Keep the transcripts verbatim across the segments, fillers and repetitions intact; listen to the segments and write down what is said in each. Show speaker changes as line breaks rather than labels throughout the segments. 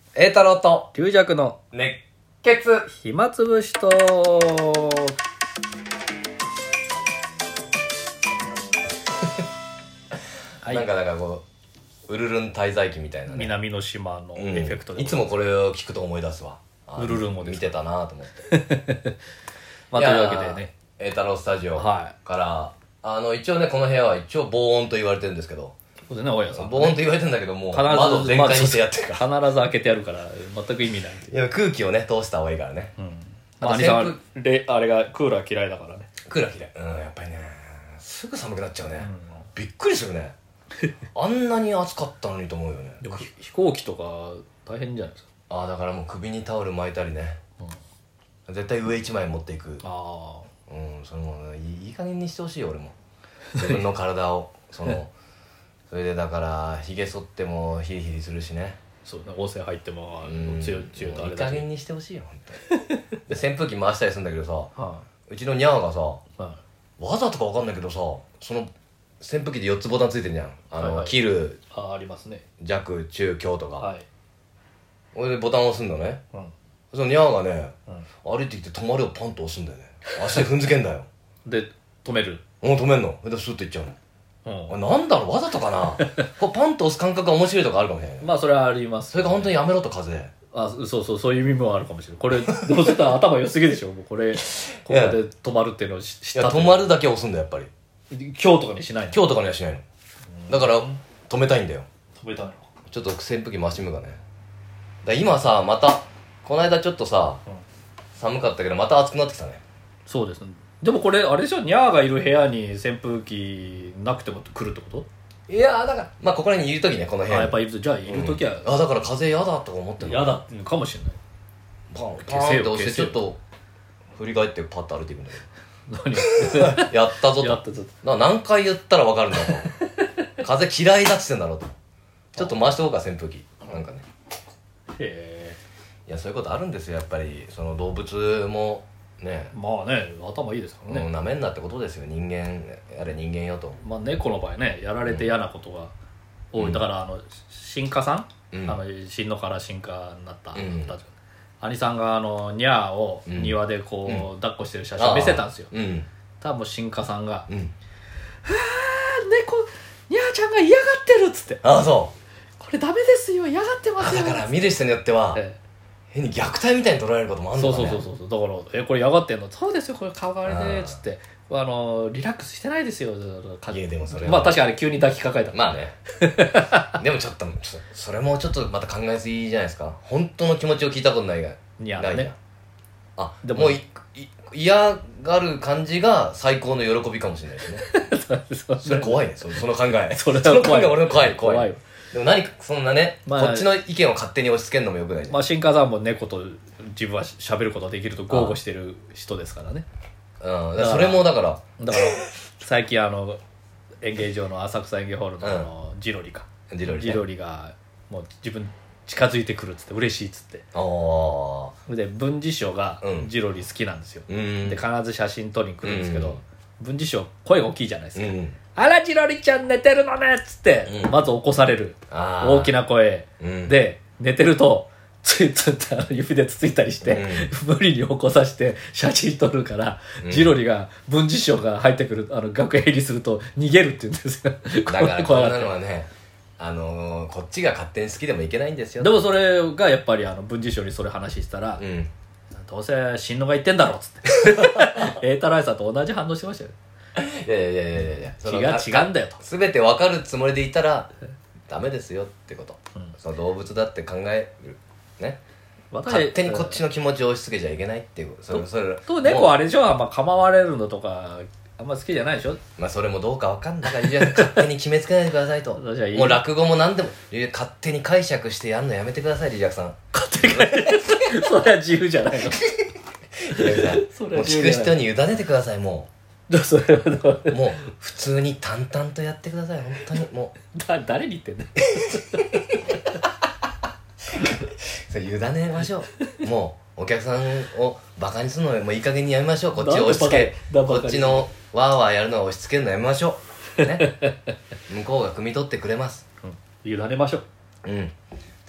栄太郎と
龍尺の
熱血
暇つぶしとはい、
なんかだからこうウルルン滞在記みたいなね、
南の島のエフェクトで、
うん、いつもこれを聞くと思い出すわ。
ウルルンもです
見てたなと思って
まあ、というわけでね、
栄太郎スタジオ
は
から、あの一応ねこの部屋は一応防音と言われてるんですけど、
そうですね、大家さん、
防音と言われてるんだけどもう
必ず
窓全開にしてやってるから、
必ず開けてやるから全く意味ないっていう。
いや空気をね通した方がいいからね、
うん、
あと
まあ、兄さん
扇
はレあれがクーラー嫌いだからね。
クーラー嫌い。うん、やっぱりねすぐ寒くなっちゃうね、
うん、
びっくりするねあんなに暑かったのにと思うよね。
でも飛行機とか大変じゃないですか。
ああだからもう首にタオル巻いたりね、うん、絶対上一枚持っていく。
あ
あ、うん、それもいい、いい加減にしてほしいよ俺も自分の体をそのそれでだからひげ剃ってもヒリヒリするしね。
そうね、温泉入っても
うん
強い強いとあれ
いい
だし、
加減にしてほしいよ本当にで扇風機回したりするんだけどさ、
は
うちのニャーがさ
いは
わざとかわかんないけどさ、その扇風機でよっつボタンついてるじゃん。あの、
はいはい、
切る
い、あありますね。
弱中強とか、
はい、
俺でボタン押すんだね。
うん、
そのニャーがね、
うん、
歩いてきて止まれをパンと押すんだよね。足で踏んづけんだよ
で止める。
もう止めんの。それでスッといっちゃうの。
うん、
あれなんだろう、わざとかなこうパンと押す感覚が面白いとかあるかもしれない。
まあそれはあります、ね、
それが本当にやめろと風で。
あ、そうそう、そういう意味もあるかもしれない。これどうせ頭良すぎでしょ。もうこれここで止まるっていうのを知った。
いや止まるだけ押すんだよやっぱり。
今日とかにしないの。
今日とかにはしないの。だから止めたいんだよ。
止めたの。
ちょっと扇風機回しむがね。だ今さまたこの間ちょっとさ、うん、寒かったけどまた暑くなってきたね。
そうですね。でもこれあれでしょ、ニャーがいる部屋に扇風機なくても来るってこと？
いやーだからまあここらにいる時ね、この部屋に。
あ、やっぱいると、じゃあいる時は、
うん、あだから風嫌だとか思ってるの。
嫌だっていうかもしれない。
パンパンって押してちょっと振り返ってパッと歩いていくんだけ
何
どやったぞと。
やったぞ
と何回言ったら分かるんだと風嫌いだっつってんだろうと。ちょっと回しておこうか扇風機なんかね。
へえ。
いやそういうことあるんですよやっぱり。その動物もね、
まあね、頭いいですからね。
うん、なめんなってことですよ。人間やれ人間よと。
まあ猫の場合ね、やられて嫌なことが多い、うん、だからあの進化さん、うん、あの進のから進化になった人たち、うん、兄さんがあのニャーを庭でこう、うん、抱っこしてる写真見せたんですよ、うん、多分進化さんが、うん、はあ猫ニャーちゃんが嫌がってるっつって、
ああそう
これダメですよ、嫌がってますよ。
だから見る人によっては、ええ、変に虐待みたいに捉えることもあるのかね。
そうそうそうそう。だからえこれ嫌がってんの。そうですよ、これ顔があれでっつってあのリラックスしてないですよ。
いやでもそれは
まあ確かに急に抱きかかえた。
まあねでもちょっとそれもちょっとまた考えすぎじゃないですか。本当の気持ちを聞いたことないが
いやないね。
あでももういい嫌がる感じが最高の喜びかもしれないですねそ, それ怖いね。 そ, その考え
それ
その考え俺の怖い怖い
怖い。
でも何そんなね、
まあ、こ
っちの意見を勝手に押し付けるのもよくないじゃん。
まあ新川さんも猫と自分は喋ることができると豪語してる人ですからね。
うん、だそれもだから
だから最近あの演芸場の浅草演芸ホールのあの、うん、ジロリか
ジロリ、ね、
ジロリがもう自分近づいてくるっつって嬉しいっつって、
あ
で文治師匠がジロリ好きなんですよ、うん、で必ず写真撮りに来るんですけど、うん、文治師匠声が大きいじゃないですか、うん、あらジロリちゃん寝てるのねっつって、うん、まず起こされる大きな声、うん、で寝てるとついつい指でつついたりして、うん、無理に起こさせて写真撮るから、うん、ジロリが文治師匠が入ってくるあの楽屋入りすると逃げるって言うんですよ。
だからこんなのはね、あのー、こっちが勝手に好きでもいけないんですよ。
でもそれがやっぱりあの文治師匠にそれ話したら、うん、どうせ新野が言ってんだろっつって栄太郎さんと同じ反応してましたよ。
いやいやいやいやいや
違う違うんだよと。
全て分かるつもりでいたらダメですよってこと、うん、その動物だって考えるね、勝手にこっちの気持ちを押し付けちゃいけないっていうそれそれ
と猫はあれでしょ、まあ、構われるのとかあんま好きじゃないでしょ。
まあそれもどうか分かんないから勝手に決めつけないでくださいといいもう落語も何でも勝手に解釈してやんのやめてくださいリジャクさん。
勝手にそれは自由じゃないの
リジャクさんもう聞く人に委ねてください。も
うそれはどう
もう普通に淡々とやってください本当にもう
だ誰に言ってんだ
それ委ねましょう。もうお客さんをバカにするのもういい加減にやめましょう。こっちを押し付けこっちのワーワーやるのを押し付けるのやめましょう、ね、向こうが汲み取ってくれます、
うん、委ねましょう。
うん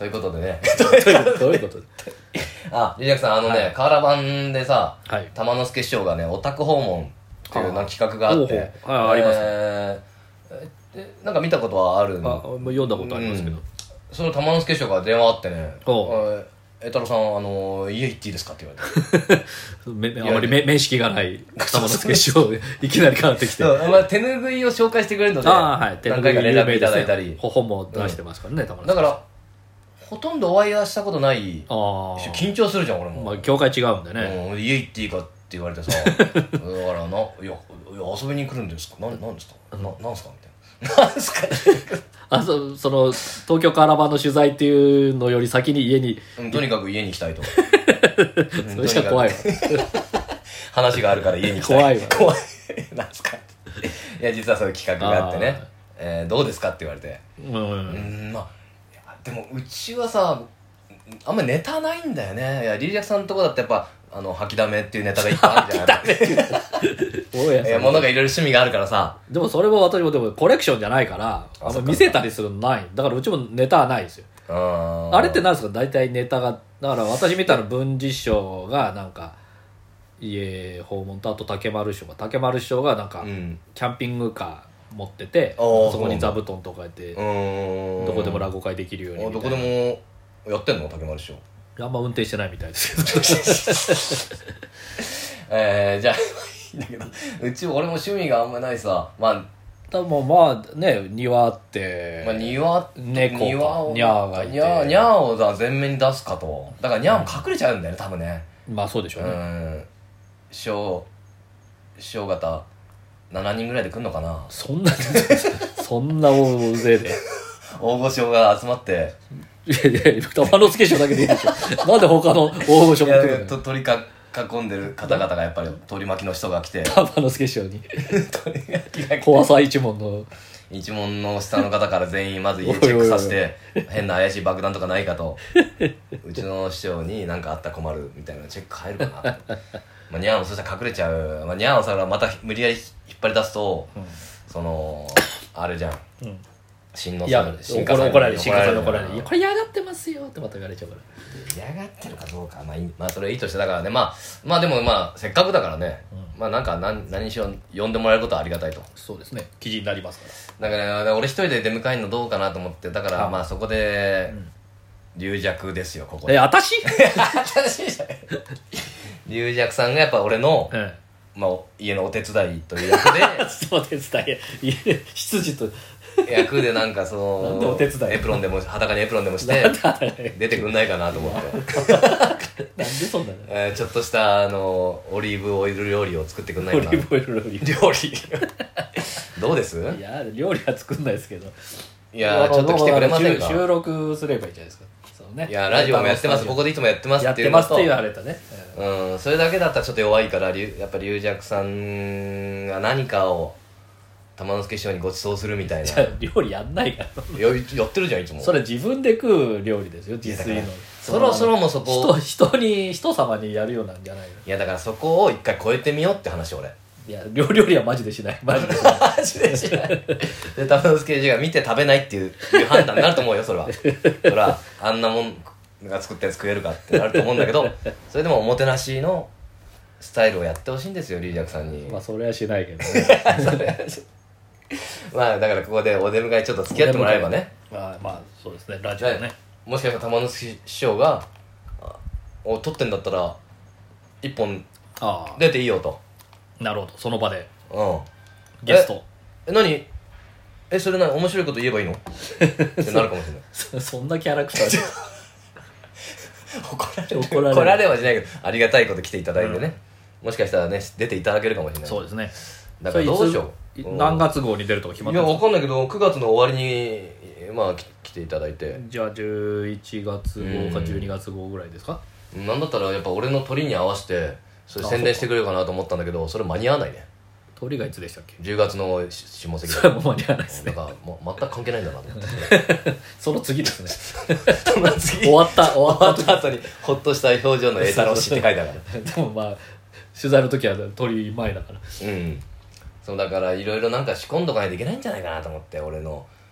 ということでね
どういうことどういうこと
あ、リリアクさん、あのね、はい、カーラ版でさ、
はい、
玉之助師匠がね、オタク訪問っていうな企画があって、
あ、あ、ありますね、
えー、なんか見たことはあるん
あ、読んだことありますけど、うん、
その玉之助師匠が電話あってね、え太郎さん、あのー、家行っていいですかって言われて
めあまり面識がない玉之助師匠いきなりかかってきて
まあ、手拭いを紹介してくれるので、
あ、はい、
何回か連絡いただいたり、
本も出してますからね、うん、玉之助
だからほとんどお会いはしたことない。あ、緊張するじゃん俺も、
まあ、業界違うんでね、
うん、家行っていいかって言われてさだからな、いや遊びに来るんですか、ななんですか、ななんすかみたいななんすか
あ、そ, その東京カーラバンの取材っていうのより先に家に、
うん、とにかく家に行きたいと
それじゃ怖いわ
話があるから家に行きたい
怖いわ
怖いなんすかいや実はそういう企画があってね、えー、どうですかって言われて、うん、うんまあでもうちはさあんまりネタないんだよね。いやリリアクさんのとこだってやっぱあの吐きだめっていうネタがいっぱいあるじゃん吐きだめいや物がいろいろ趣味があるからさ。
でもそれも私もでもコレクションじゃないからあんま見せたりするのない。だからうちもネタはないですよ。 あ, あれって何ですか大体ネタが。だから私見たら文治師匠がなんか家訪問とあと竹丸師匠が竹丸師匠がなんかキャンピングカー持ってて、うん、そこに座布団とかやってどこでも落語会できるようにみたいな。
どこでもやってんの竹丸師匠。
あんま運転してないみたいですけ
どえー、じゃあいいんだけどうち俺も趣味があんまないさ。まあ
多分まあね庭あって、
まあ、庭
猫か
庭を
ニャーがいて
ニャーニャーをさ前面に出すかと。だからニャーも隠れちゃうんだよね多分ね。
まあそうでしょうね。
うん師匠師匠方しちにんぐらいで来んのかな。
そんなそんな大勢で
大御所が集まって
いやいや玉之助師匠だけでいいでしょなんで他の大御所も来るの。
と取りか囲んでる方々がやっぱり取り巻きの人が来て
玉之助師匠に怖さ一門の
一門の下の方から全員まず家チェックさせて変な怪しい爆弾とかないかとうちの師匠に何かあったら困るみたいなチェック入るかなとまあ、ニャーもそしたら隠れちゃう、まあ、ニャーをさまた無理やり引っ張り出すと、うん、そのあれじゃん、うん、新のさん
新華さんに怒られる新華さんに怒られる。いやこれ嫌がってますよってまた言われちゃうから。
嫌がってるかどうかまあ、まあ、それはいいとしてだからね。まあまあでもまあせっかくだからね、うん、まあなんか 何, 何にしろ呼んでもらえることはありがたいと。
そうですね記事になりますから。
だから、ね、俺一人で出迎えるのどうかなと思ってだからまあそこで、うん、龍弱ですよここで。
え私
私じゃない龍尺さんがやっぱ俺の、うんまあ、家のお手伝いという役で
お手伝い執事と
役でなんかその
なんでお手伝い
エプロンでも裸にエプロンでもして出てくんないかなと思って
なんでそんなの、
えー、ちょっとしたあのオリーブオイル料理を作ってくんないかな。
オリーブオイル料理
料理どうです？
いや料理は作んないですけど。
いやちょっと来てくれませんか。
収録すればいいじゃないですか。ね、
いやラジオもやってますここでいつもやってますっていう
のとやってますって言われたね、
うん、それだけだったらちょっと弱いからやっぱ龍尺さんが何かを玉之助師匠にご馳走するみたいな。
じゃあ料理やんないから
や, やってるじゃんいつも。
それ自分で食う料理ですよ自炊の。
そろそろもそこ
人, 人に人様にやるようなんじゃないの。
いやだからそこを一回超えてみようって話俺。
いや料理はマジでしないマジでしない
マジでしないで玉之助師匠が見て食べないっていう、いう判断になると思うよそれはそれはあんなもんが作ったやつ食えるかってなると思うんだけどそれでもおもてなしのスタイルをやってほしいんですよ龍尺さんに。
まあそれはしないけどね
それはしまあだからここでお出迎えちょっと付き合ってもらえばね。
まあまあそうですねラジオね。
もしかしたら玉之助師匠がを撮ってんだったら一本出ていいよと。
なるほどその場で、
うん、
ゲスト
え何えそれ何面白いこと言えばいいのってなるかもしれない
そ, そんなキャラクターで
怒られる怒られる怒られはしないけどありがたいこと来ていただいてね、うん、もしかしたらね出ていただけるかもしれない。
そうですね。
だからどうしよ
う、うん、何月号に出るとか決まってるんですか。
いや分かんないけどくがつの終わりにまあ来ていただいて
じゃあじゅういちがつ号かじゅうにがつ号ぐらいですか。
なんだったらやっぱ俺の鳥に合わせてそれ宣伝してくれるかなと思ったんだけどそれ間に合わないね。
鳥がいつでしたっけ。
じゅうがつの下関
それも間に合わないですね。
だからもう全く関係ないんだなと思って
その次ですね
その次
終わった終わった
終わった後にほっとした表情の栄太郎氏って書いてあるから
でもまあ取材の時は鳥前だから
うんそうだからいろいろなんか仕込んどかないといけないんじゃないかなと思って俺の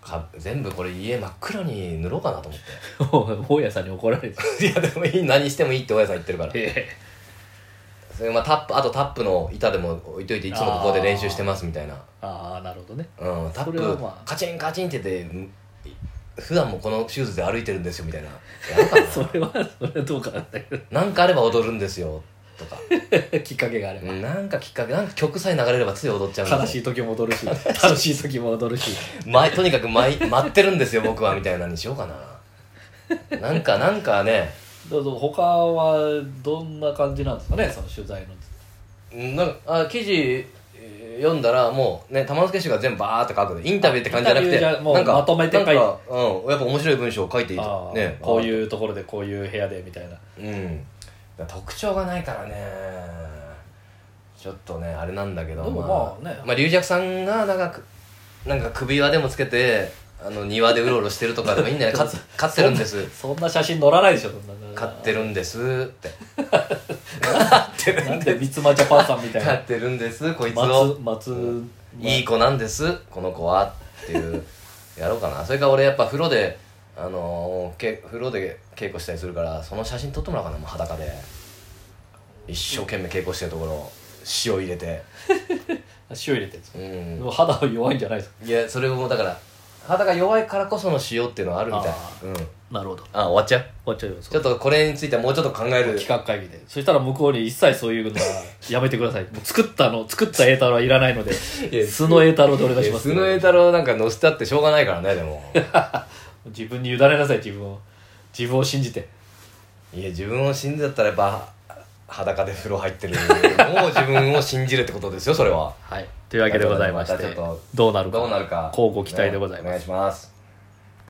か全部これ家真っ暗に塗ろうかなと思って
大家さんに怒られて
いやでもいい何してもいいって大家さん言ってるから
え
それまあタップあとタップの板でも置いといていつもここで練習してますみたいな
ああなるほどね、
うん、タップ、まあ、カチンカチンって言って普段もこのシューズで歩いてるんですよみたいなやるかな
それはそれはどうかなんだけど
なんかあれば踊るんですよとか
きっかけがあれば
なんかきっかけなんか曲さえ流れればつい踊っちゃうんで
悲しい時も踊るし楽しい時も踊るし
前とにかく前待ってるんですよ僕はみたいなにしようかななんかなんかね
どうぞ他はどんな感じなんですかねその取材の
なんかあ記事読んだらもうね玉之助氏が全部バーって書くでインタビューって感じじゃなくて
なんかまとめて書いて、うん、
やっぱ面白い文章を書いていいとね
こういうところでこういう部屋でみたいな
うん特徴がないからねちょっとねあれなんだけど
でもまあね
まあ龍尺さんがなんかなんか首輪でもつけてあの庭でうろうろしてるとかでもいいんじゃないか飼ってるんです
そんな写真載らないでしょ
飼ってるんですって
なんで三つ葉ジャパンさんみたいな
飼ってるんですこいつを
松松
いい子なんですこの子はっていうやろうかなそれから俺やっぱ風呂であのー、け風呂で稽古したりするからその写真撮ってもらおうかなもう裸で一生懸命稽古してるところ塩入れて
塩入れてるんですか、うん、でも肌は弱いんじゃないですか
いやそれもだから肌が弱いからこその塩っていうのはあるみたい
うん、なるほど
あ終わっちゃう
終わっちゃうよ
ちょっとこれについてはもうちょっと考える
企画会議でそしたら向こうに一切そういうのはやめてくださいもう作ったの作った栄太郎はいらないので素の栄太郎でお願いします
素の栄太郎なんか載せたってしょうがないからねでも
自分に委ねなさい自分を自分を信じて
いや自分を信じだったらやっぱ裸で風呂入ってるもう自分を信じるってことですよそれは
はいというわけでございまして、ま、どうなるか
どうなるか
乞うご期待でございます、
ね、お願いします。